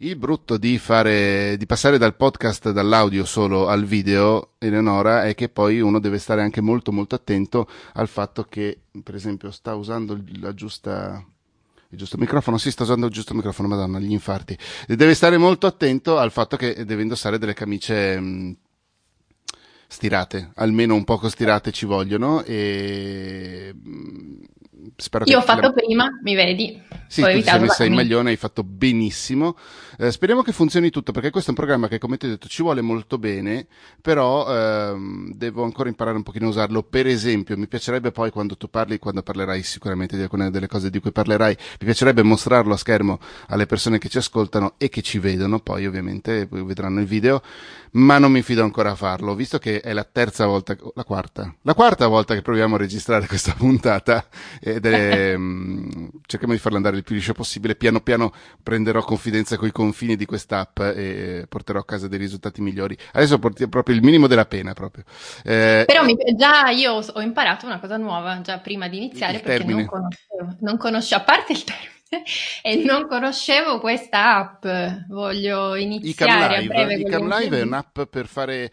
Il brutto di passare dal podcast, dall'audio solo al video, Eleonora, è che poi uno deve stare anche molto molto attento al fatto che, per esempio, sta usando il giusto microfono, sì, sta usando il giusto microfono, madonna, gli infarti. Deve stare molto attento al fatto che deve indossare delle camicie stirate, almeno un poco stirate ci vogliono e spero Io che ho fatto prima, mi vedi, sì, ho tu ti sei evitato la messa in camicia. maglione, hai fatto benissimo. Speriamo che funzioni tutto, perché questo è un programma che, come ti ho detto, ci vuole molto bene, però devo ancora imparare un pochino a usarlo. Per esempio, mi piacerebbe poi quando tu parli, quando parlerai sicuramente di alcune delle cose di cui parlerai, mi piacerebbe mostrarlo a schermo alle persone che ci ascoltano e che ci vedono, poi ovviamente vedranno il video, ma non mi fido ancora a farlo, visto che è la terza volta, la quarta volta che proviamo a registrare questa puntata ed è, cerchiamo di farla andare il più liscio possibile. Piano piano prenderò confidenza coi confini di quest'app e porterò a casa dei risultati migliori. Adesso portiamo proprio il minimo della pena proprio. Però già io ho imparato una cosa nuova già prima di iniziare Il perché termine. non conoscevo, a parte il termine, e non conoscevo questa app. Voglio Icam iniziare a Live. breve con le Icam Live è interviste. un'app per fare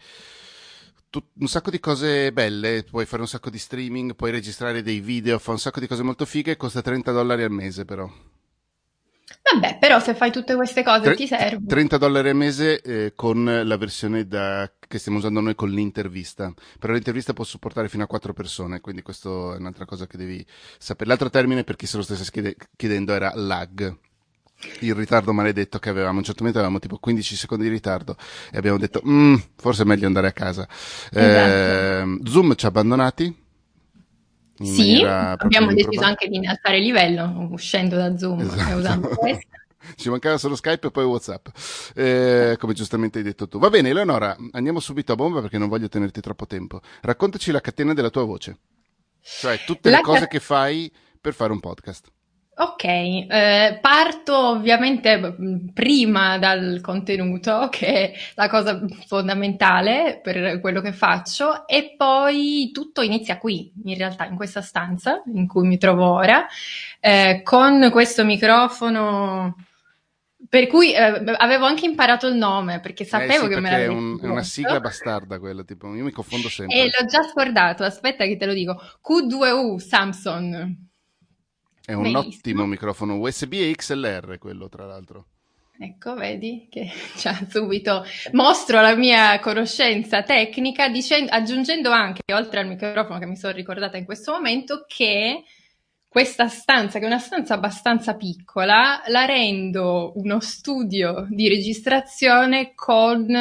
un sacco di cose belle, puoi fare un sacco di streaming, puoi registrare dei video, fa un sacco di cose molto fighe, costa $30 al mese però. Vabbè, però se fai tutte queste cose ti serve. $30 al mese con la versione che stiamo usando noi con l'intervista. Però l'intervista può supportare fino a 4 persone, quindi questo è un'altra cosa che devi sapere. L'altro termine, per chi se lo stesse chiedendo, era lag. Il ritardo maledetto che avevamo. A un certo momento avevamo tipo 15 secondi di ritardo e abbiamo detto, forse è meglio andare a casa. Esatto. Zoom ci ha abbandonati in Sì, maniera proprio abbiamo deciso improbabile. anche di innalzare il livello uscendo da Zoom e usando Esatto. questo. Ci mancava solo Skype e poi WhatsApp, come giustamente hai detto tu. Va bene, Eleonora, andiamo subito a bomba perché non voglio tenerti troppo tempo. Raccontaci la catena della tua voce, cioè tutte le La cose che fai per fare un podcast. Ok, parto ovviamente prima dal contenuto, che è la cosa fondamentale per quello che faccio, e poi tutto inizia qui, in realtà, in questa stanza in cui mi trovo ora, con questo microfono, per cui avevo anche imparato il nome, perché Eh sapevo sì, che me perché l'avresti è una chiesto. sigla bastarda quella, tipo, io mi confondo E sempre. l'ho già scordato, aspetta che te lo dico. Q2U Samsung. È un ottimo Benissimo. microfono USB e XLR quello, tra l'altro. Ecco, vedi che già subito mostro la mia conoscenza tecnica, aggiungendo anche, oltre al microfono che mi sono ricordata in questo momento, che questa stanza, che è una stanza abbastanza piccola, la rendo uno studio di registrazione con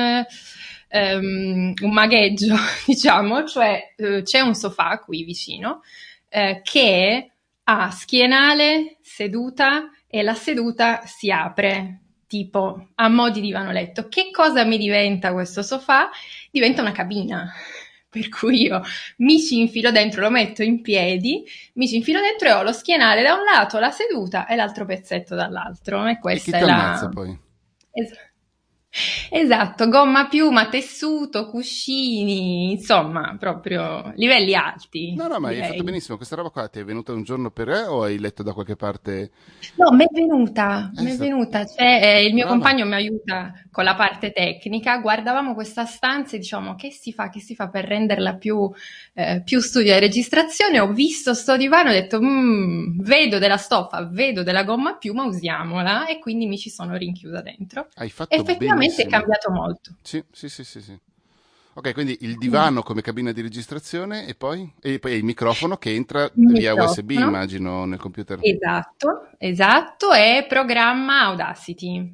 un magheggio, diciamo, cioè c'è un sofà qui vicino che ha schienale, seduta e la seduta si apre tipo a mo' di divano letto. Che cosa mi diventa questo sofà? Diventa una cabina. Per cui io mi ci infilo dentro, lo metto in piedi, mi ci infilo dentro e ho lo schienale da un lato, la seduta e l'altro pezzetto dall'altro. E E chi questa ti è la... ammazza poi? es- Esatto, gomma piuma, tessuto, cuscini, insomma, proprio livelli alti, No, no, ma hai fatto direi. benissimo. Questa roba qua ti è venuta un giorno per o hai letto da qualche parte? No, m'è Sta- venuta, cioè, il mio brava. compagno mi aiuta con la parte tecnica, guardavamo questa stanza e diciamo che si fa per renderla più studio e registrazione, ho visto sto divano e ho detto, vedo della stoffa, vedo della gomma a piuma, usiamola, e quindi mi ci sono rinchiusa dentro. Hai fatto Effettivamente è benissimo. cambiato molto. Sì, sì, sì, sì, sì. Ok, quindi il divano come cabina di registrazione e poi il microfono che entra Il via USB, microfono, immagino, nel computer. esatto, esatto, e programma Audacity.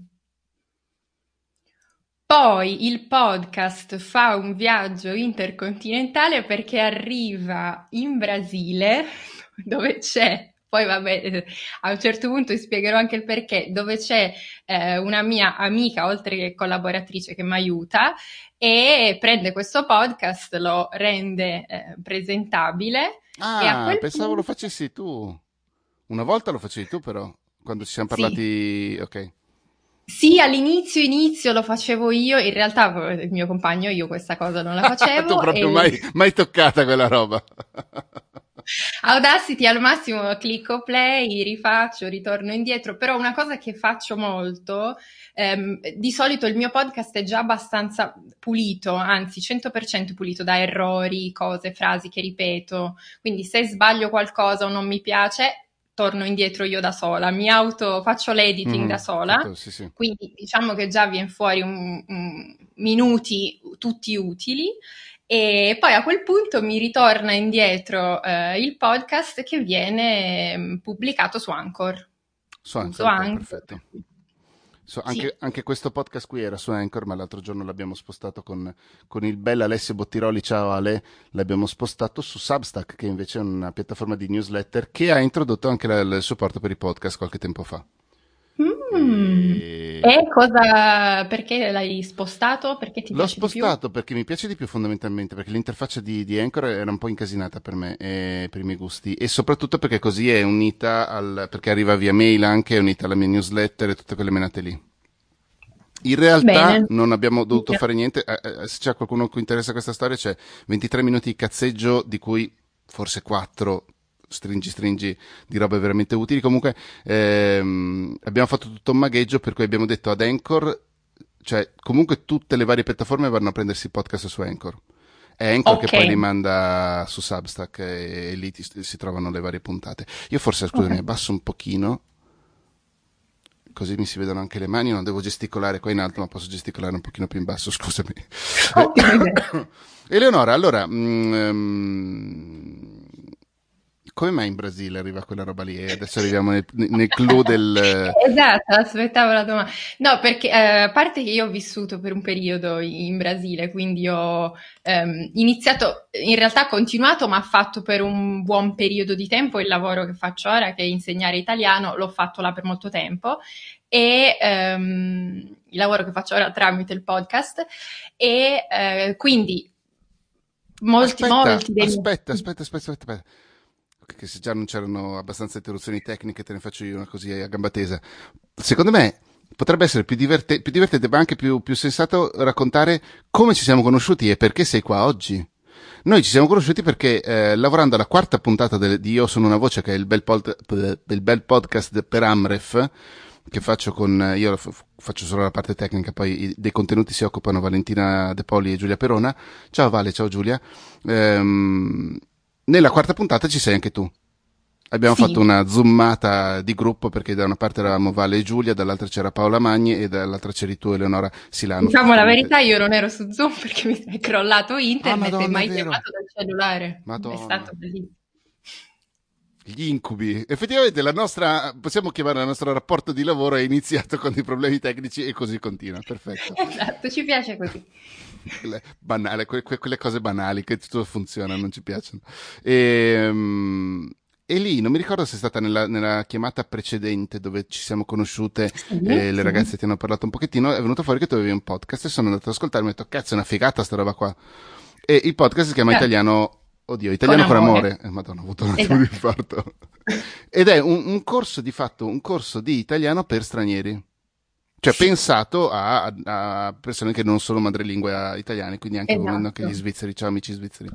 Poi il podcast fa un viaggio intercontinentale perché arriva in Brasile, dove c'è, poi vabbè, a un certo punto vi spiegherò anche il perché, dove c'è una mia amica, oltre che collaboratrice, che mi aiuta e prende questo podcast, lo rende presentabile e a Ah, quel pensavo lo punto facessi tu. Una volta lo facevi tu, però, quando ci siamo sì. parlati. Ok. Sì, all'inizio inizio lo facevo io, in realtà il mio compagno io questa cosa non la Tu facevo proprio e mai toccata quella roba. Audacity al massimo clicco play, rifaccio, ritorno indietro, però una cosa che faccio molto, di solito il mio podcast è già abbastanza pulito, anzi 100% pulito da errori, cose, frasi che ripeto, quindi se sbaglio qualcosa o non mi piace, torno indietro io da sola, faccio l'editing da sola, sì. quindi diciamo che già viene fuori minuti tutti utili. E poi a quel punto mi ritorna indietro il podcast che viene pubblicato su Anchor. Su Uso Anchor, ok, Anchor. perfetto. Sì. Anche questo podcast qui era su Anchor, ma l'altro giorno l'abbiamo spostato con il bel Alessio Bottiroli, ciao Ale, l'abbiamo spostato su Substack, che invece è una piattaforma di newsletter che ha introdotto anche il supporto per i podcast qualche tempo fa. E E cosa, perché l'hai spostato? Perché ti l'ho piace di più? spostato perché mi piace di più fondamentalmente, perché l'interfaccia di Anchor era un po' incasinata per me, per i miei gusti, e soprattutto perché così è unita perché arriva via mail anche, è unita alla mia newsletter e tutte quelle menate lì. In realtà Bene. non abbiamo dovuto fare niente, se c'è qualcuno a cui interessa questa storia c'è 23 minuti di cazzeggio, di cui forse 4 stringi di robe veramente utili. Comunque abbiamo fatto tutto un magheggio, per cui abbiamo detto ad Anchor, cioè comunque tutte le varie piattaforme vanno a prendersi il podcast su Anchor. È Anchor che Ok. poi li manda su Substack e lì si trovano le varie puntate. Io forse, scusami, Ok. abbasso un pochino, così mi si vedono anche le mani, non devo gesticolare qua in alto, ma posso gesticolare un pochino più in basso, scusami. Ottima idea. Eleonora, allora, come mai in Brasile arriva quella roba lì? E adesso arriviamo nel clou del... Esatto, aspettavo la domanda. No, perché a parte che io ho vissuto per un periodo in Brasile, quindi ho iniziato, in realtà continuato, ma fatto per un buon periodo di tempo il lavoro che faccio ora, che è insegnare italiano, l'ho fatto là per molto tempo e il lavoro che faccio ora tramite il podcast e quindi Aspetta, molti dei miei... aspetta. Che se già non c'erano abbastanza interruzioni tecniche, te ne faccio io una così a gamba tesa. Secondo me potrebbe essere più divertente, ma anche più sensato raccontare come ci siamo conosciuti e perché sei qua oggi. Noi ci siamo conosciuti perché lavorando alla quarta puntata di Io sono una voce, che è il bel podcast per Amref, che faccio io faccio solo la parte tecnica, poi dei contenuti si occupano Valentina De Poli e Giulia Perona. Ciao Vale, ciao Giulia. Nella quarta puntata ci sei anche tu. Abbiamo fatto Sì, una zoomata di gruppo perché da una parte eravamo Vale e Giulia, dall'altra c'era Paola Magni e dall'altra c'eri tu, Eleonora Silano, diciamo la giustamente. verità, io non ero su Zoom perché mi è crollato Ah, internet e Madonna, è mai vero. chiamato dal cellulare. È Madonna. stato bellissimo. Gli incubi. Effettivamente possiamo chiamare il nostro rapporto di lavoro è iniziato con dei problemi tecnici e così continua. Perfetto. Esatto, ci piace così. Quelle cose banali che tutto funziona, non ci piacciono. E, e lì non mi ricordo se è stata nella chiamata precedente dove ci siamo conosciute Sì, e le sì. ragazze ti hanno parlato un pochettino, è venuto fuori che tu avevi un podcast e sono andato ad ascoltare e mi ho detto cazzo è una figata sta roba qua. E il podcast si chiama Grazie. Con Italiano con amore. amore. Madonna, ho avuto un attimo di Esatto. infarto. Ed è un corso di fatto, un corso di italiano per stranieri. Cioè Sì, pensato a persone che non sono madrelingua italiane, quindi anche volendo anche gli esatto. svizzeri, ciao amici svizzeri.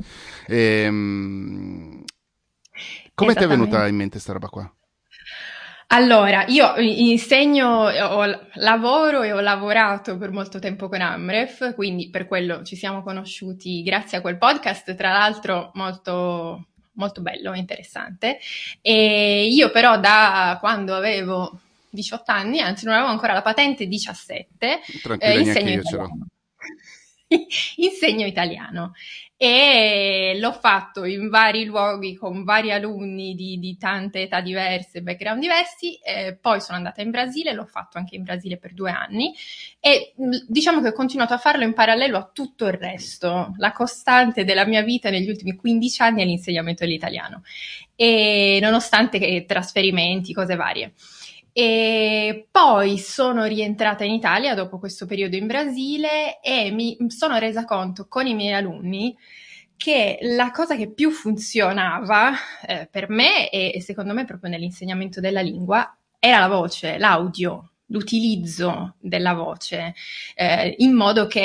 Ehm, come ti è venuta Esattamente. in mente sta roba qua? Allora, io insegno, lavoro e ho lavorato per molto tempo con Amref, quindi per quello ci siamo conosciuti grazie a quel podcast, tra l'altro molto, molto bello, interessante. E io però da quando avevo 18 anni, anzi non avevo ancora la patente, 17, Tranquilla, neanche insegno io ce l'ho. italiano. Insegno italiano e l'ho fatto in vari luoghi con vari alunni di tante età diverse, background diversi, poi sono andata in Brasile, l'ho fatto anche in Brasile per 2 anni e diciamo che ho continuato a farlo in parallelo a tutto il resto. La costante della mia vita negli ultimi 15 anni è l'insegnamento dell'italiano e nonostante che trasferimenti, cose varie. E poi sono rientrata in Italia dopo questo periodo in Brasile e mi sono resa conto con i miei alunni che la cosa che più funzionava per me e secondo me proprio nell'insegnamento della lingua era la voce, l'audio, l'utilizzo della voce, in modo che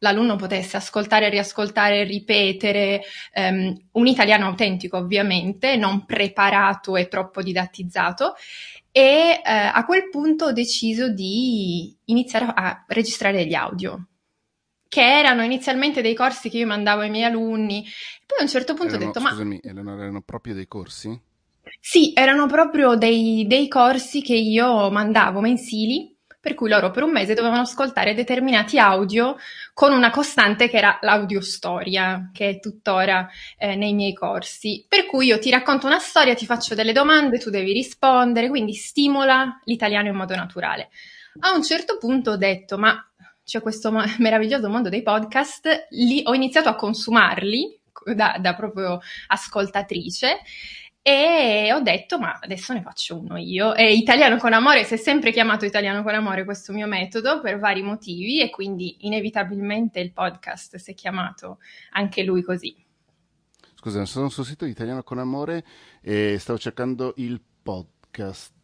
l'alunno potesse ascoltare, riascoltare, ripetere, un italiano autentico ovviamente, non preparato e troppo didattizzato, e a quel punto ho deciso di iniziare a registrare degli audio, che erano inizialmente dei corsi che io mandavo ai miei alunni. Poi a un certo punto ho detto, scusami, erano proprio dei corsi? Sì, erano proprio dei corsi che io mandavo mensili, per cui loro per un mese dovevano ascoltare determinati audio con una costante che era l'audiostoria, che è tuttora nei miei corsi. Per cui io ti racconto una storia, ti faccio delle domande, tu devi rispondere, quindi stimola l'italiano in modo naturale. A un certo punto ho detto, ma c'è questo meraviglioso mondo dei podcast, ho iniziato a consumarli da proprio ascoltatrice, e ho detto, ma adesso ne faccio uno io. E Italiano con Amore si è sempre chiamato Italiano con Amore questo mio metodo per vari motivi, e quindi inevitabilmente il podcast si è chiamato anche lui così. Scusa, sono sul sito di Italiano con Amore e stavo cercando il podcast.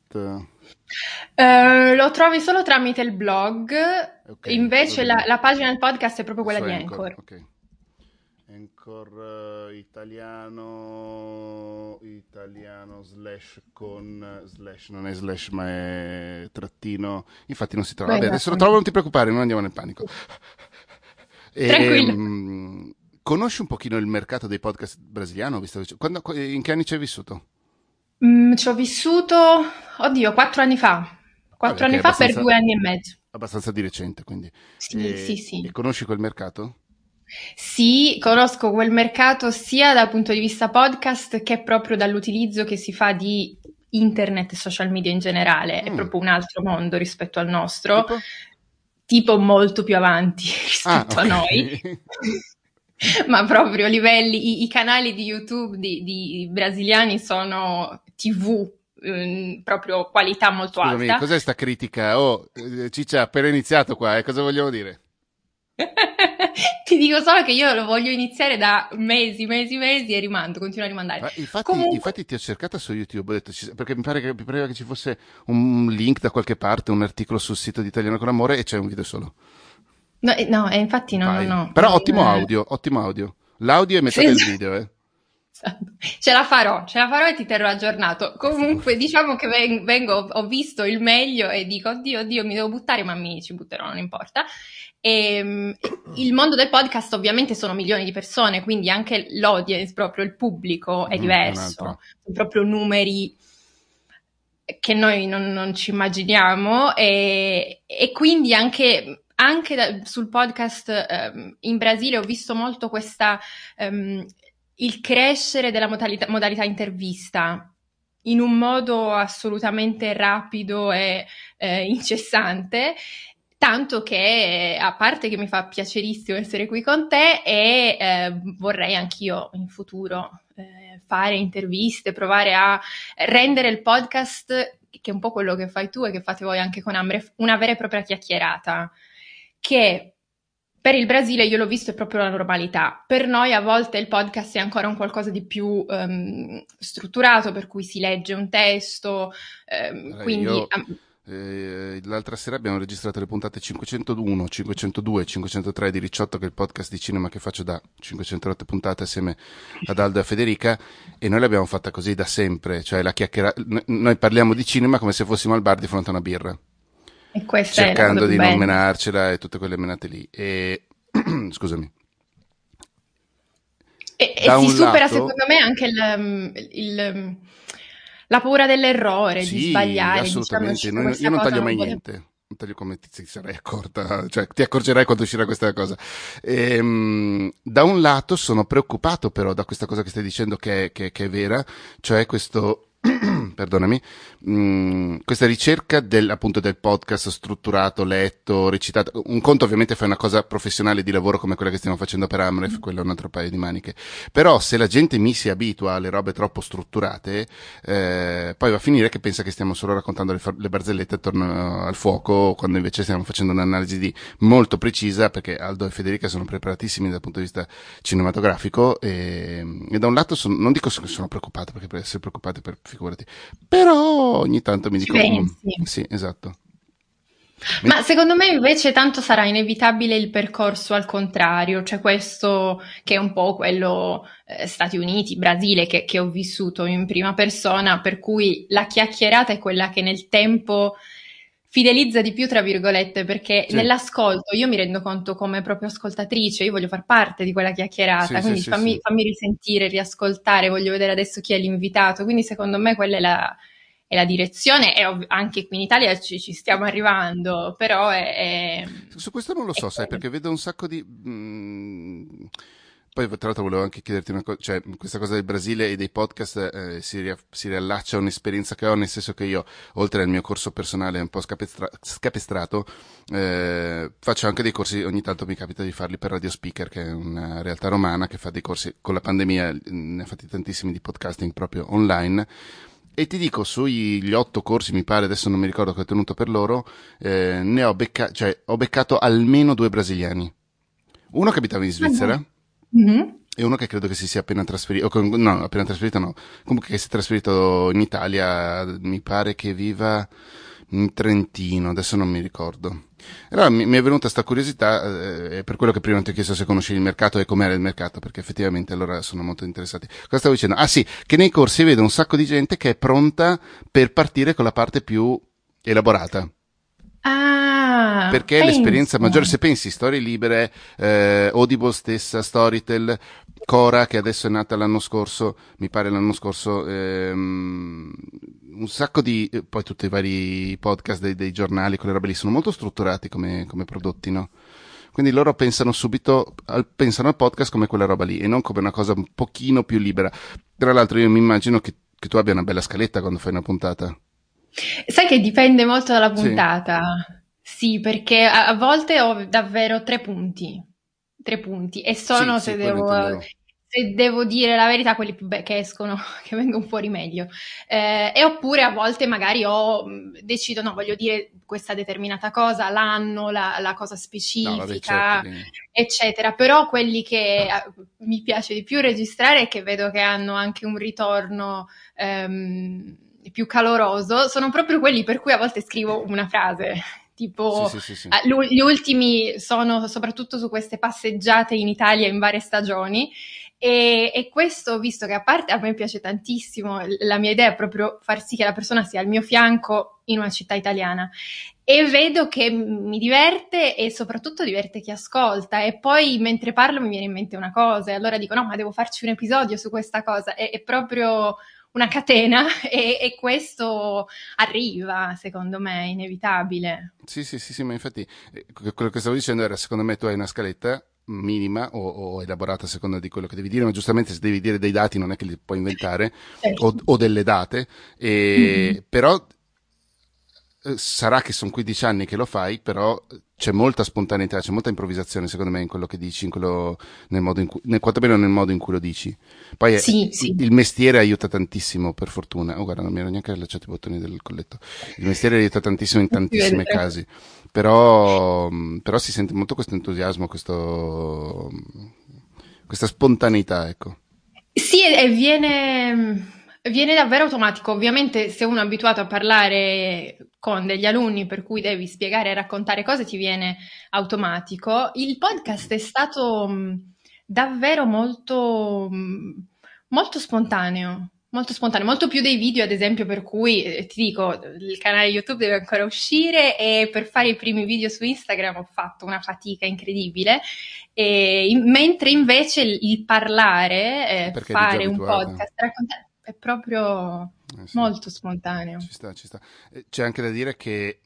Lo trovi solo tramite il blog, Okay, invece la pagina del podcast è proprio quella di Anchor. Ok. Anchor italiano slash con slash, non è slash ma è trattino, infatti non si trova. Vabbè, adesso lo trovo, non ti preoccupare, non andiamo nel panico. Tranquillo. Conosci un pochino il mercato dei podcast brasiliano? In che anni ci hai vissuto? Ci ho vissuto, oddio, 4 anni fa. 4 anni fa per 2 anni e mezzo. Abbastanza di recente, quindi. Sì. E conosci quel mercato? Sì, conosco quel mercato sia dal punto di vista podcast che proprio dall'utilizzo che si fa di internet e social media in generale. È proprio un altro mondo rispetto al nostro, tipo molto più avanti rispetto a noi. Ma proprio livelli, i canali di YouTube di brasiliani sono TV, proprio qualità molto alta. Scusami, cos'è sta critica? Ciccia, appena iniziato qua, cosa vogliamo dire? Ti dico solo che io lo voglio iniziare da mesi e continuo a rimandare. Ma infatti ti ho cercata su YouTube, ho detto, perché mi pareva che ci fosse un link da qualche parte, un articolo sul sito di Italiano con Amore, e c'è un video solo. No, infatti no. Però ottimo audio. L'audio è metà del video, Ce la farò e ti terrò aggiornato. Comunque diciamo che ho visto il meglio e dico, oddio, mi devo buttare, ma ci butterò, non importa. Il mondo del podcast ovviamente sono milioni di persone, quindi anche l'audience, proprio il pubblico è diverso, sono proprio numeri che noi non ci immaginiamo, e quindi anche sul podcast in Brasile ho visto molto il crescere della modalità intervista in un modo assolutamente rapido e incessante, tanto che, a parte che mi fa piacerissimo essere qui con te, e vorrei anch'io in futuro fare interviste, provare a rendere il podcast, che è un po' quello che fai tu e che fate voi anche con Ambre, una vera e propria chiacchierata, che per il Brasile, io l'ho visto, è proprio la normalità. Per noi a volte il podcast è ancora un qualcosa di più strutturato, per cui si legge un testo, quindi... l'altra sera abbiamo registrato le puntate 501, 502 e 503 di Ricciotto, che è il podcast di cinema che faccio da 508 puntate assieme ad Aldo e a Federica, e noi l'abbiamo fatta così da sempre, cioè la chiacchierata. Noi parliamo di cinema come se fossimo al bar di fronte a una birra. E questa cercando è di non menarcela e tutte quelle menate lì. Scusami. E si supera, secondo me, anche la paura dell'errore, di sbagliare. Assolutamente. Io non taglio mai niente. Non taglio, come ti sarai accorta, cioè ti accorgerai quando uscirà questa cosa. Da un lato sono preoccupato però da questa cosa che stai dicendo che è vera, cioè questo perdonami, questa ricerca appunto del podcast strutturato, letto, recitato. Un conto ovviamente fai una cosa professionale di lavoro come quella che stiamo facendo per Amref, quello è un altro paio di maniche, però se la gente mi si abitua alle robe troppo strutturate, poi va a finire che pensa che stiamo solo raccontando le barzellette attorno al fuoco, quando invece stiamo facendo un'analisi molto precisa, perché Aldo e Federica sono preparatissimi dal punto di vista cinematografico, e da un lato non dico che sono preoccupato, perché per essere preoccupati, figurati, però ogni tanto mi dico pensi. sì, esatto. Ma secondo me invece tanto sarà inevitabile il percorso al contrario, cioè questo che è un po' quello Stati Uniti, Brasile che ho vissuto in prima persona, per cui la chiacchierata è quella che nel tempo fidelizza di più, tra virgolette, perché Sì, nell'ascolto io mi rendo conto come proprio ascoltatrice, io voglio far parte di quella chiacchierata, sì, sì, quindi sì, sì. fammi risentire, riascoltare, voglio vedere adesso chi è l'invitato, quindi secondo me quella è la direzione e anche qui in Italia ci stiamo arrivando, però Su questo non lo è so, sai, quello. perché vedo un sacco di... Poi, tra l'altro, volevo anche chiederti una cosa, cioè, questa cosa del Brasile e dei podcast si riallaccia a un'esperienza che ho, nel senso che io, oltre al mio corso personale un po' scapestrato, faccio anche dei corsi, ogni tanto mi capita di farli per Radio Speaker, che è una realtà romana che fa dei corsi, con la pandemia ne ha fatti tantissimi di podcasting proprio online. E ti dico, sugli 8 corsi, mi pare, adesso non mi ricordo che ho tenuto per loro, ne ho beccato almeno 2 brasiliani. Uno che abitava in Ah, no. Svizzera Mhm. e uno che credo che si sia appena trasferito, no, appena trasferito no, comunque che si è trasferito in Italia, mi pare che viva in Trentino, adesso non mi ricordo. Allora mi è venuta sta curiosità, per quello che prima ti ho chiesto se conoscevi il mercato e com'era il mercato, perché effettivamente allora sono molto interessati. Cosa stavo dicendo? Ah sì, che nei corsi vedo un sacco di gente che è pronta per partire con la parte più elaborata. Ah, Perché è l'esperienza pensa. maggiore, se pensi, storie libere, Audible stessa, Storytel, Cora che adesso è nata l'anno scorso, mi pare l'anno scorso, un sacco di, poi tutti i vari podcast dei giornali, quelle robe lì, sono molto strutturati come prodotti, no? Quindi loro pensano subito, pensano al podcast come quella roba lì e non come una cosa un pochino più libera. Tra l'altro io mi immagino che tu abbia una bella scaletta quando fai una puntata. Sai che dipende molto dalla Sì, puntata. Sì, perché a volte ho davvero tre punti, e sì, sono, sì, quello intendevo. se devo dire la verità, quelli che escono, che vengono fuori meglio. E oppure a volte magari decido, no, voglio dire questa determinata cosa, l'anno, la cosa No, vabbè, certo, specifica, lì. eccetera. Però quelli che mi piace di più registrare e che vedo che hanno anche un ritorno più caloroso, sono proprio quelli per cui a volte scrivo una frase, Sì, tipo sì, sì, sì. gli ultimi sono soprattutto su queste passeggiate in Italia in varie stagioni. E questo, visto che a parte a me piace tantissimo, la mia idea è proprio far sì che la persona sia al mio fianco in una città italiana. E vedo che mi diverte e soprattutto diverte chi ascolta. E poi mentre parlo mi viene in mente una cosa, e allora dico: no, ma devo farci un episodio su questa cosa. È proprio una catena e questo arriva, secondo me, è inevitabile. Sì, sì, sì, sì, ma infatti quello che stavo dicendo era, secondo me tu hai una scaletta minima o elaborata a seconda di quello che devi dire, ma giustamente se devi dire dei dati non è che li puoi inventare, Certo. o delle date, Mhm. però sarà che sono 15 anni che lo fai, però c'è molta spontaneità, c'è molta improvvisazione, secondo me, in quello che dici, nel modo in cui, quantomeno nel modo in cui lo dici. Poi Sì, sì, il mestiere aiuta tantissimo, per fortuna. Oh, guarda, non mi ero neanche allacciato i bottoni del colletto. Il mestiere aiuta tantissimo in non si vede tantissimi troppo. casi, però, però si sente molto questo entusiasmo, questa spontaneità, ecco. Sì, e viene davvero automatico. Ovviamente, se uno è abituato a parlare con degli alunni per cui devi spiegare e raccontare cose, ti viene automatico. Il podcast è stato davvero molto spontaneo, molto più dei video, ad esempio, per cui ti dico, il canale YouTube deve ancora uscire e per fare i primi video su Instagram ho fatto una fatica incredibile. Mentre invece il parlare, Perché eri già fare un abituata. podcast, raccontare, è proprio Sì, molto spontaneo. ci sta, ci sta. C'è anche da dire che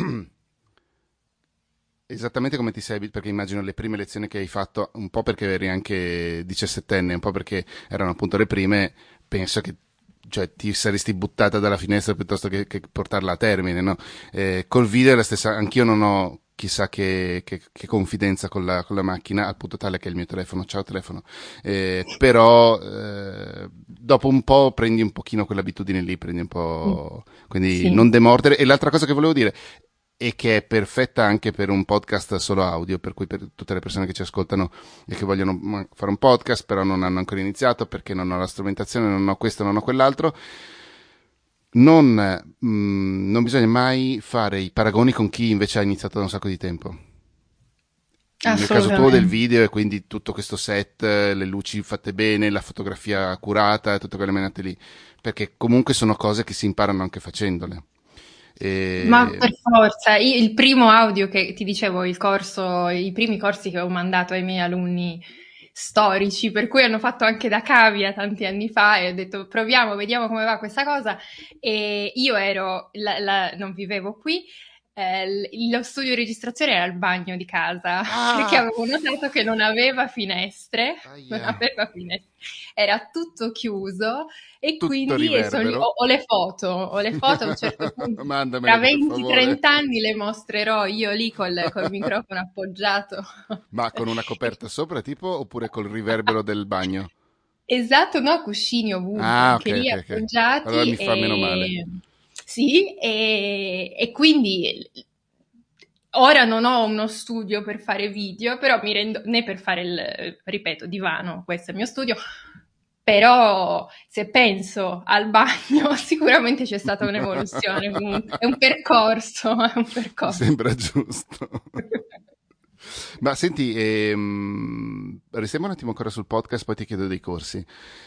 esattamente come ti sei, perché immagino le prime lezioni che hai fatto, un po' perché eri anche 17enne, un po' perché erano appunto le prime, penso che cioè, ti saresti buttata dalla finestra piuttosto che portarla a termine, no? Col video è la stessa, anch'io non ho chissà che confidenza con la macchina, al punto tale che il mio telefono, ciao telefono, però dopo un po' prendi un pochino quell'abitudine lì, prendi un Sì, po', quindi sì, non demordere. E l'altra cosa che volevo dire e che è perfetta anche per un podcast solo audio, per cui per tutte le persone che ci ascoltano e che vogliono fare un podcast, però non hanno ancora iniziato perché non ho la strumentazione, non ho questo, non ho quell'altro. non bisogna mai fare i paragoni con chi invece ha iniziato da un sacco di tempo. Nel caso tuo del video, e quindi tutto questo set, le luci fatte bene, la fotografia accurata, tutte quelle menate lì, perché comunque sono cose che si imparano anche facendole. Ma per forza, il primo audio che ti dicevo, i primi corsi che ho mandato ai miei alunni storici, per cui hanno fatto anche da cavia tanti anni fa, e ho detto proviamo, vediamo come va questa cosa, e io non vivevo qui, lo studio di registrazione era il bagno di casa, perché avevo notato che non aveva finestre, era tutto chiuso, e tutto quindi ho le foto a un certo punto, tra 20-30 anni le mostrerò io lì col microfono appoggiato. Ma con una coperta sopra tipo, oppure col riverbero del bagno? Esatto, no, cuscini ovunque, anche lì ok. appoggiati. Allora mi fa meno male. Sì, e quindi ora non ho uno studio per fare video, però mi rendo, né per fare ripeto, divano, questo è il mio studio, però se penso al bagno sicuramente c'è stata un'evoluzione, è un percorso. Mi sembra giusto. Ma senti, restiamo un attimo ancora sul podcast, poi ti chiedo dei corsi.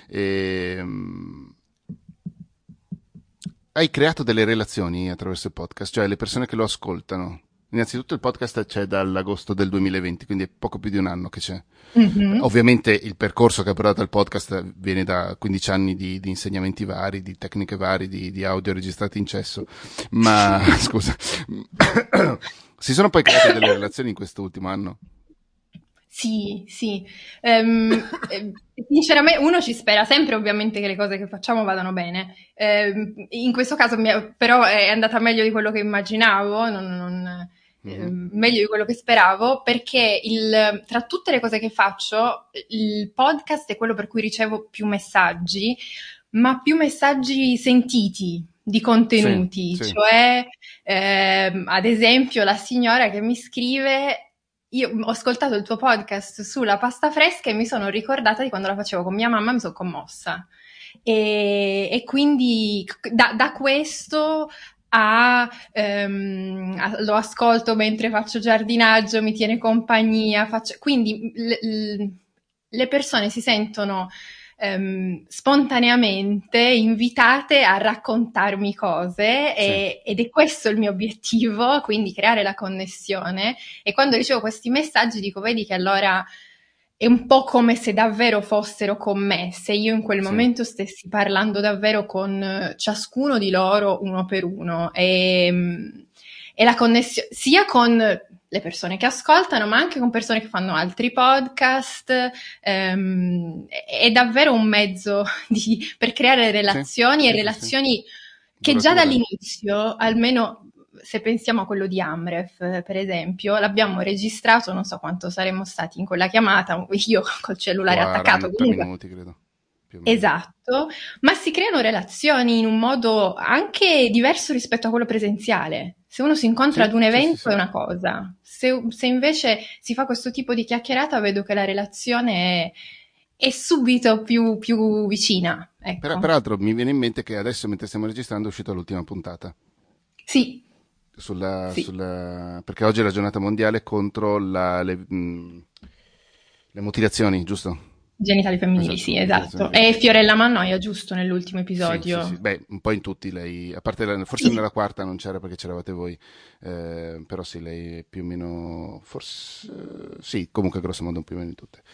Hai creato delle relazioni attraverso il podcast, cioè le persone che lo ascoltano. Innanzitutto il podcast c'è dall'agosto del 2020, quindi è poco più di un anno che c'è. Mm-hmm. Ovviamente il percorso che ha portato al podcast viene da 15 anni di insegnamenti vari, di tecniche varie, di audio registrati in cesso, ma scusa, si sono poi create delle relazioni in quest'ultimo anno? Sì. Sinceramente uno ci spera sempre ovviamente che le cose che facciamo vadano bene. In questo caso però è andata meglio di quello che immaginavo, meglio di quello che speravo, perché tra tutte le cose che faccio, il podcast è quello per cui ricevo più messaggi, ma più messaggi sentiti di contenuti, Sì. cioè ad esempio la signora che mi scrive: io ho ascoltato il tuo podcast sulla pasta fresca e mi sono ricordata di quando la facevo con mia mamma, mi sono commossa. E quindi da questo lo ascolto mentre faccio giardinaggio, mi tiene compagnia, quindi le persone si sentono spontaneamente invitate a raccontarmi cose, ed è questo il mio obiettivo, quindi creare la connessione. E quando ricevo questi messaggi dico, vedi che allora è un po' come se davvero fossero con me, se io in quel momento stessi parlando davvero con ciascuno di loro uno per uno, e la connessione sia con le persone che ascoltano, ma anche con persone che fanno altri podcast. È davvero un mezzo per creare relazioni, relazioni che già dall'inizio, almeno se pensiamo a quello di Amref, per esempio, l'abbiamo registrato, non so quanto saremmo stati in quella chiamata, io col cellulare attaccato. 40 minuti, credo. Esatto, ma si creano relazioni in un modo anche diverso rispetto a quello presenziale. Se uno si incontra ad un evento è una cosa, se invece si fa questo tipo di chiacchierata, vedo che la relazione è subito più vicina. Ecco. Peraltro mi viene in mente che adesso, mentre stiamo registrando, è uscita l'ultima puntata. Sì. Perché oggi è la giornata mondiale contro le mutilazioni, giusto? Genitali femminili, sì, esatto. E Fiorella Mannoia, giusto, nell'ultimo episodio. Sì. Beh, un po' in tutti lei, a parte forse nella quarta non c'era perché c'eravate voi, però sì, lei è più o meno, forse, sì, comunque grosso modo più o meno in tutte.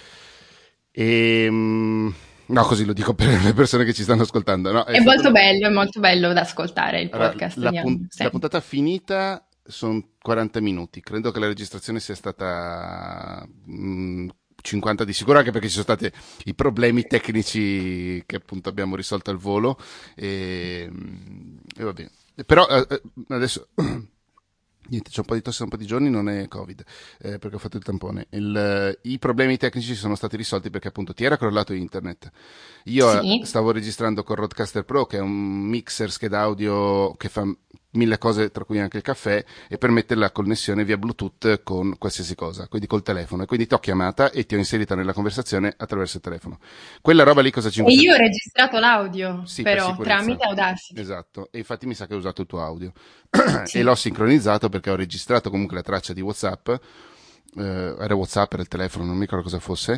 No, così lo dico per le persone che ci stanno ascoltando. No, è molto bello da ascoltare il podcast. La puntata finita sono 40 minuti, credo che la registrazione sia stata 50 di sicuro, anche perché ci sono stati i problemi tecnici che appunto abbiamo risolto al volo, e va bene. Però adesso niente, c'è un po' di tosse, un po' di giorni, non è Covid, perché ho fatto il tampone. I problemi tecnici sono stati risolti perché appunto ti era crollato internet. Io stavo registrando con Rodecaster Pro, che è un mixer scheda audio che fa mille cose, tra cui anche il caffè, e permette la connessione via Bluetooth con qualsiasi cosa, quindi col telefono. E quindi ti ho chiamata e ti ho inserita nella conversazione attraverso il telefono. Quella roba lì cosa ci E io ho registrato l'audio, Sì, per però, sicurezza. tramite Audacity. Esatto, e infatti mi sa che ho usato il tuo audio e Sì. l'ho sincronizzato perché ho registrato comunque la traccia di WhatsApp, era WhatsApp, era il telefono, non mi ricordo cosa fosse,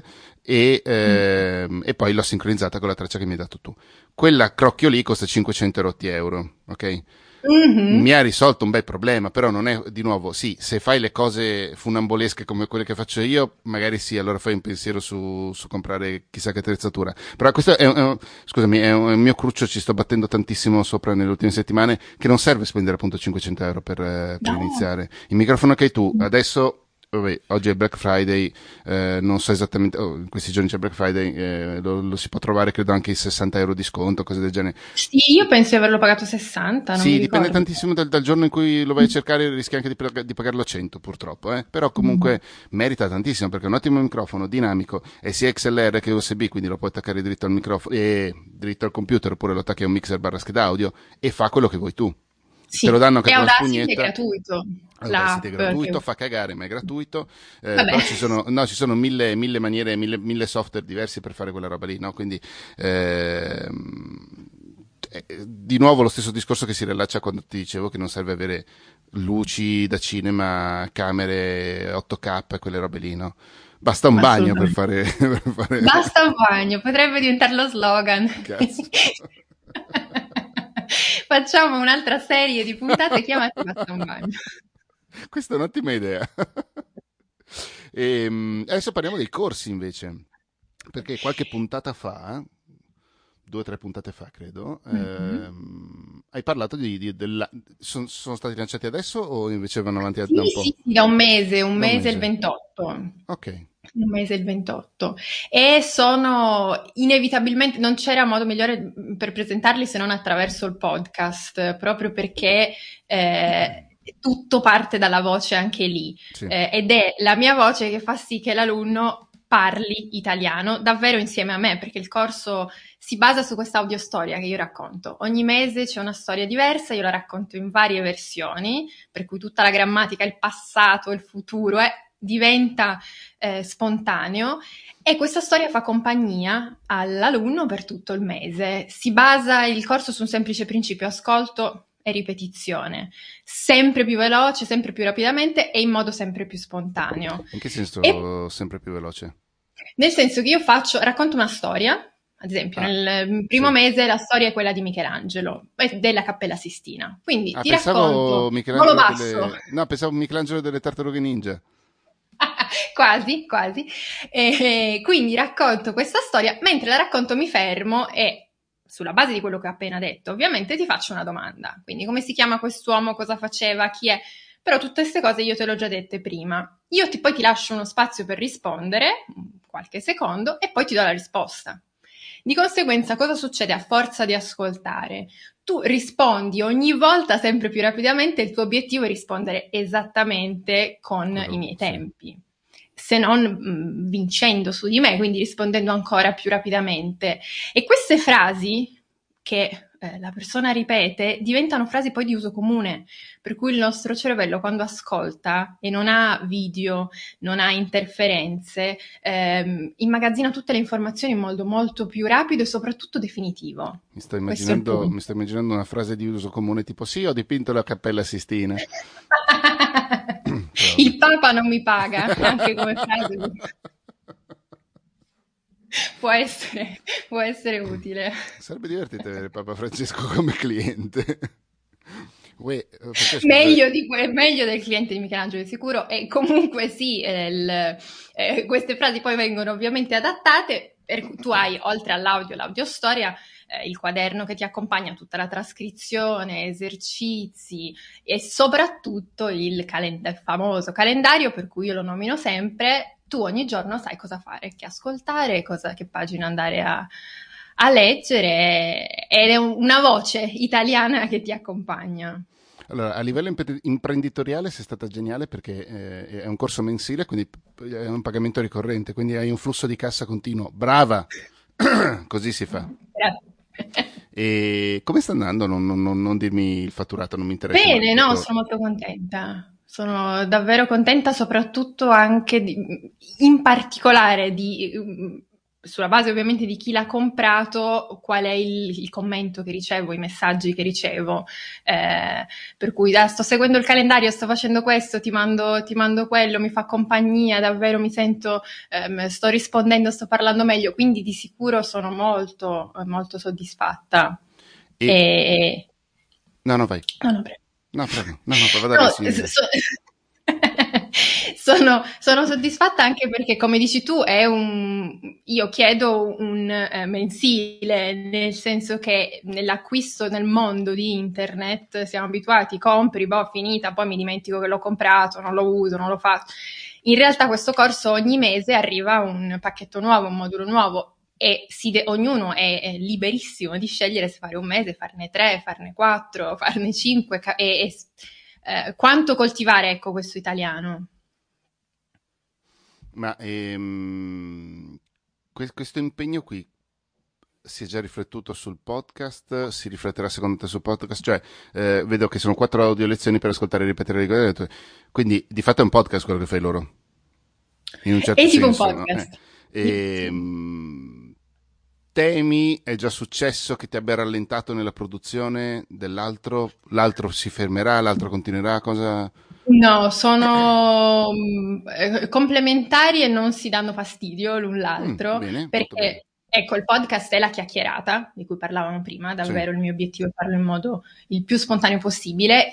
e poi l'ho sincronizzata con la traccia che mi hai dato tu. Quella crocchio lì costa 500 rotti euro, ok? Mi Mhm. ha risolto un bel problema, però non è, di nuovo, sì, se fai le cose funambolesche come quelle che faccio io, magari sì, allora fai un pensiero su comprare chissà che attrezzatura. Però questo scusami, è un mio cruccio, ci sto battendo tantissimo sopra nelle ultime settimane, che non serve spendere appunto 500 euro per No. iniziare. Il microfono che hai tu, adesso, vabbè, oggi è Black Friday, non so esattamente, in questi giorni c'è Black Friday, lo si può trovare credo anche i 60 euro di sconto, cose del genere. Sì, io penso di averlo pagato 60, non mi Sì, dipende ricordo. tantissimo dal giorno in cui lo vai a cercare, rischi anche di pagarlo a 100 purtroppo, eh. Però comunque merita tantissimo perché è un ottimo microfono, dinamico, è sia XLR che USB, quindi lo puoi attaccare dritto al microfono e dritto al computer oppure lo attacchi a un mixer barra scheda audio e fa quello che vuoi tu. Te lo Sì, danno anche e con la Audacity è spugnetta. gratuito, Audacity è l'app gratuito, che... fa cagare, ma è gratuito. Vabbè, Però ci sono, no, ci sono mille maniere, mille software diversi per fare quella roba lì, no? Quindi, di nuovo lo stesso discorso che si rilaccia quando ti dicevo che non serve avere luci da cinema, camere 8K e quelle robe lì, no? Basta un bagno per assolutamente. fare, per fare... Basta un bagno, potrebbe diventare lo slogan. Cazzo. Facciamo un'altra serie di puntate chiamate Basta un bagno. Questa è un'ottima idea. Adesso parliamo dei corsi invece, perché qualche puntata fa, 2 o 3 puntate fa credo, Mhm. hai parlato sono stati lanciati adesso o invece vanno avanti Sì, da un sì, po'? sì, un Da un mese e il mese. 28. Ok, Un mese e il 28. E sono inevitabilmente, non c'era modo migliore per presentarli se non attraverso il podcast, proprio perché tutto parte dalla voce anche lì. sì. Ed è la mia voce che fa sì che l'alunno parli italiano davvero insieme a me, perché il corso si basa su questa audiostoria che io racconto. Ogni mese c'è una storia diversa, io la racconto in varie versioni, per cui tutta la grammatica, il passato, il futuro, diventa spontaneo e questa storia fa compagnia all'alunno per tutto il mese. Si basa il corso su un semplice principio: ascolto e ripetizione, sempre più veloce, sempre più rapidamente e in modo sempre più spontaneo. In che E senso sempre più veloce? nel senso che racconto una storia, ad esempio Ah, nel primo sì. mese la storia è quella di Michelangelo, della Cappella Sistina. Quindi Ah, ti racconto pensavo volo Michelangelo basso. delle... No, pensavo Michelangelo delle Tartarughe Ninja. Quasi, quasi. E quindi racconto questa storia, mentre la racconto mi fermo e sulla base di quello che ho appena detto, ovviamente ti faccio una domanda. Quindi come si chiama quest'uomo, cosa faceva, chi è? Però tutte queste cose io te le ho già dette prima. Poi ti lascio uno spazio per rispondere, qualche secondo, e poi ti do la risposta. Di conseguenza, cosa succede a forza di ascoltare? Tu rispondi ogni volta sempre più rapidamente, il tuo obiettivo è rispondere esattamente con i Quello, miei sì. tempi, se non vincendo su di me, quindi rispondendo ancora più rapidamente. E queste frasi che la persona ripete diventano frasi poi di uso comune, per cui il nostro cervello quando ascolta e non ha video, non ha interferenze, immagazzina tutte le informazioni in modo molto più rapido e soprattutto definitivo. Questo è il Mi punto. sto immaginando una frase di uso comune tipo sì, ho dipinto la Cappella Sistina. Però vabbè. Il Papa non mi paga, anche come frase può essere, può essere utile. Sarebbe divertente avere Papa Francesco come cliente. Uè, Francesco, Meglio del cliente di Michelangelo di sicuro e comunque sì, queste frasi poi vengono ovviamente adattate, per cui tu hai oltre all'audio, l'audiostoria, il quaderno che ti accompagna, tutta la trascrizione, esercizi e soprattutto il famoso calendario per cui io lo nomino sempre. Tu ogni giorno sai cosa fare, che ascoltare, che pagina andare a leggere ed è una voce italiana che ti accompagna. allora, a livello imprenditoriale sei stata geniale perché è un corso mensile, quindi è un pagamento ricorrente, quindi hai un flusso di cassa continuo. Brava! Così si fa. Grazie. E come sta andando? Non dirmi il fatturato, non mi interessa. Bene, Ma no, dico, sono molto contenta. Sono davvero contenta, soprattutto anche in particolare sulla base ovviamente di chi l'ha comprato, qual è il commento che ricevo, i messaggi che ricevo. Per cui sto seguendo il calendario, sto facendo questo, ti mando quello, mi fa compagnia, davvero mi sento, sto rispondendo, sto parlando meglio, quindi di sicuro sono molto, molto soddisfatta. e E... no, no, vai. No, no, prego. No, prego. No, vado No, adesso. sono soddisfatta anche perché, come dici tu, io chiedo un mensile, nel senso che nell'acquisto nel mondo di internet siamo abituati, compri, boh, finita, poi mi dimentico che l'ho comprato, non lo uso, non lo faccio. In realtà questo corso ogni mese arriva un pacchetto nuovo, un modulo nuovo e ognuno è liberissimo di scegliere se fare un mese, farne 3, farne 4, farne 5 quanto coltivare, ecco, questo italiano. Ma questo impegno qui si è già riflettuto sul podcast? Si rifletterà secondo te sul podcast? Cioè, vedo che sono 4 audio lezioni per ascoltare e ripetere le cose. Quindi, di fatto è un podcast quello che fai loro, in un certo È tipo un senso, no? podcast. E, Sì. Temi, è già successo che ti abbia rallentato nella produzione dell'altro? L'altro si fermerà, l'altro continuerà? Cosa? No, sono complementari e non si danno fastidio l'un l'altro, Bene, molto bene. perché ecco, il podcast è la chiacchierata di cui parlavamo prima, Sì, davvero il mio obiettivo è farlo in modo il più spontaneo possibile.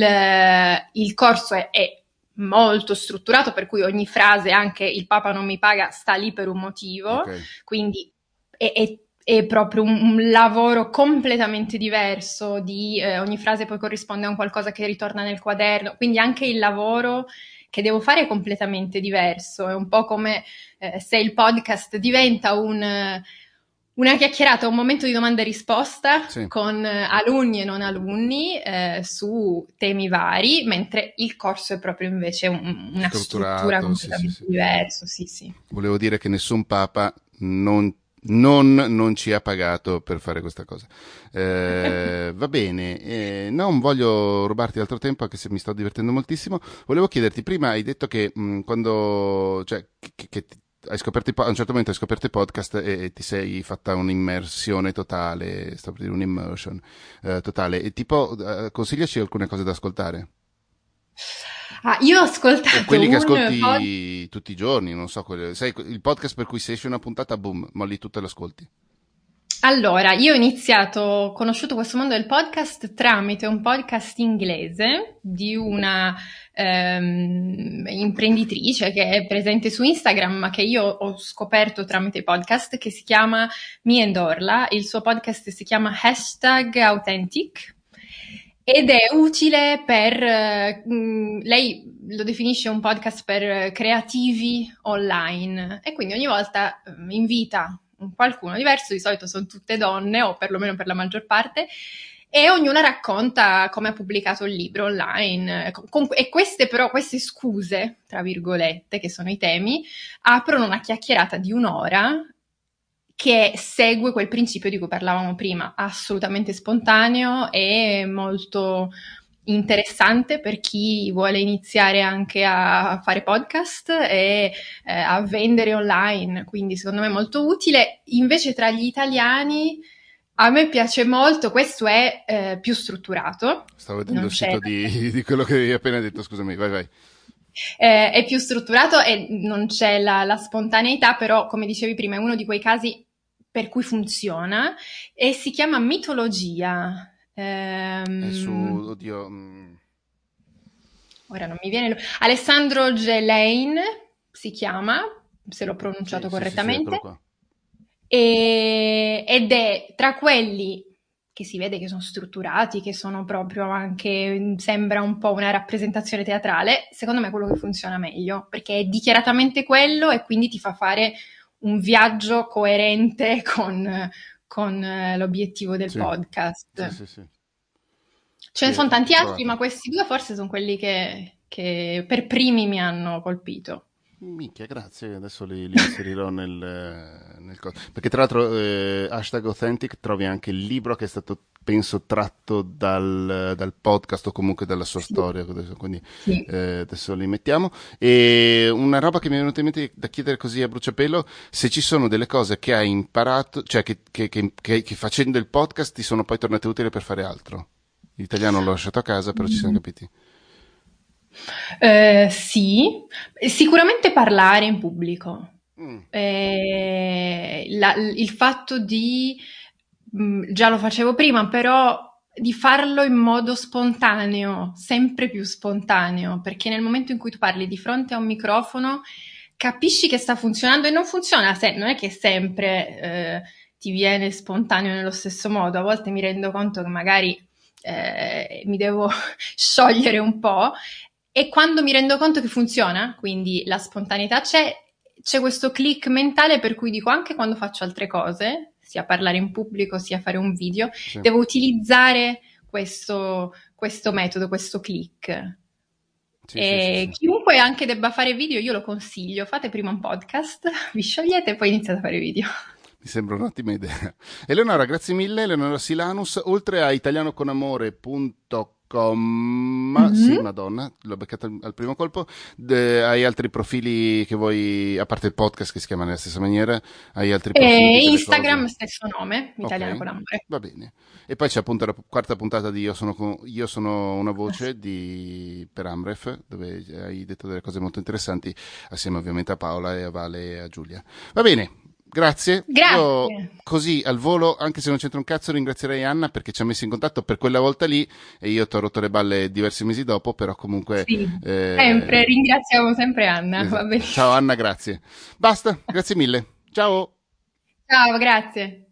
Il corso è molto strutturato, per cui ogni frase, anche il Papa non mi paga, sta lì per un motivo, ok. quindi è proprio un lavoro completamente diverso, ogni frase poi corrisponde a un qualcosa che ritorna nel quaderno, quindi anche il lavoro che devo fare è completamente diverso, è un po' come se il podcast diventa una chiacchierata, un momento di domanda e risposta Sì, con alunni e non alunni su temi vari, mentre il corso è proprio invece una struttura strutturato, sì, sì, completamente sì. diversa, sì, sì. Volevo dire che nessun papa non ci ha pagato per fare questa cosa. Va bene, non voglio rubarti altro tempo, anche se mi sto divertendo moltissimo. Volevo chiederti, prima hai detto che quando, cioè, hai scoperto a un certo momento hai scoperto i podcast e ti sei fatta un'immersione totale, sto per dire un'immersion totale. E tipo, consigliaci alcune cose da ascoltare? Ah, io ho O ascoltato quelli che un podcast. ascolti tutti i giorni, non so, sai, il podcast per cui se esce una puntata, boom, molli tutto e l'ascolti. Allora, io ho conosciuto questo mondo del podcast tramite un podcast inglese di una imprenditrice che è presente su Instagram, ma che io ho scoperto tramite i podcast, che si chiama Me and Orla. Il suo podcast si chiama #Authentic ed è utile lei lo definisce un podcast per creativi online e quindi ogni volta invita qualcuno diverso, di solito sono tutte donne o perlomeno per la maggior parte, e ognuna racconta come ha pubblicato il libro online. E queste scuse, tra virgolette, che sono i temi, aprono una chiacchierata di un'ora che segue quel principio di cui parlavamo prima, assolutamente spontaneo e molto interessante per chi vuole iniziare anche a fare podcast e a vendere online, quindi secondo me è molto utile. Invece tra gli italiani a me piace molto, questo è più strutturato, Stavo vedendo non il c'è sito di quello che hai appena detto, scusami, vai, vai. è più strutturato e non c'è la spontaneità, però come dicevi prima è uno di quei casi per cui funziona e si chiama mitologia. È su, oddio, Ora non mi viene Alessandro Gelain si chiama, se l'ho sì, pronunciato sì, sì, sì, eccolo correttamente, qua. ed è tra quelli che si vede che sono strutturati, che sono proprio anche, sembra un po' una rappresentazione teatrale, secondo me è quello che funziona meglio, perché è dichiaratamente quello e quindi ti fa fare un viaggio coerente con l'obiettivo del Sì, sì, podcast. sì, sì. Ce Sì, ne sono ho tanti altri, provato. ma questi due forse sono quelli che per primi mi hanno colpito. Minchia, grazie, adesso li inserirò nel perché tra l'altro hashtag Authentic trovi anche il libro che è stato, penso, tratto dal podcast o comunque dalla sua Sì, storia, quindi sì. adesso li mettiamo. E una roba che mi è venuta in mente da chiedere così a bruciapelo, se ci sono delle cose che hai imparato, cioè che facendo il podcast ti sono poi tornate utili per fare altro. L'italiano l'ho lasciato a casa, però ci siamo Mm. capiti. Sì, sicuramente parlare in pubblico. Mm, Il fatto di, già lo facevo prima, però di farlo in modo spontaneo, sempre più spontaneo, perché nel momento in cui tu parli di fronte a un microfono, capisci che sta funzionando e non funziona, non è che sempre ti viene spontaneo nello stesso modo, a volte mi rendo conto che magari mi devo sciogliere un po'. E quando mi rendo conto che funziona, quindi la spontaneità c'è questo click mentale per cui dico anche quando faccio altre cose, sia parlare in pubblico, sia fare un video, sì, devo utilizzare questo metodo, questo click. sì, sì, sì, E sì. chiunque anche debba fare video, io lo consiglio, fate prima un podcast, vi sciogliete e poi iniziate a fare video. Mi sembra un'ottima idea. Eleonora, grazie mille. Eleonora Silanus, oltre a italianoconamore.com, sì, Mhm. Madonna, l'ho beccato al primo colpo. Hai altri profili che vuoi, a parte il podcast che si chiama nella stessa maniera, hai altri profili, E delle Instagram cose? stesso nome, Italiano Ok, con amore. va bene. E poi c'è appunto la quarta puntata di Io sono una voce per Amref, dove hai detto delle cose molto interessanti, assieme ovviamente a Paola e a Vale e a Giulia. Va bene, grazie. Io Grazie. così al volo, anche se non c'entra un cazzo, ringrazierei Anna perché ci ha messo in contatto per quella volta lì e io ti ho rotto le balle diversi mesi dopo, però comunque... Sì, sempre, ringraziamo sempre Anna, va esatto. Ciao benissimo. Anna, grazie. Basta, grazie mille. Ciao. Ciao, grazie.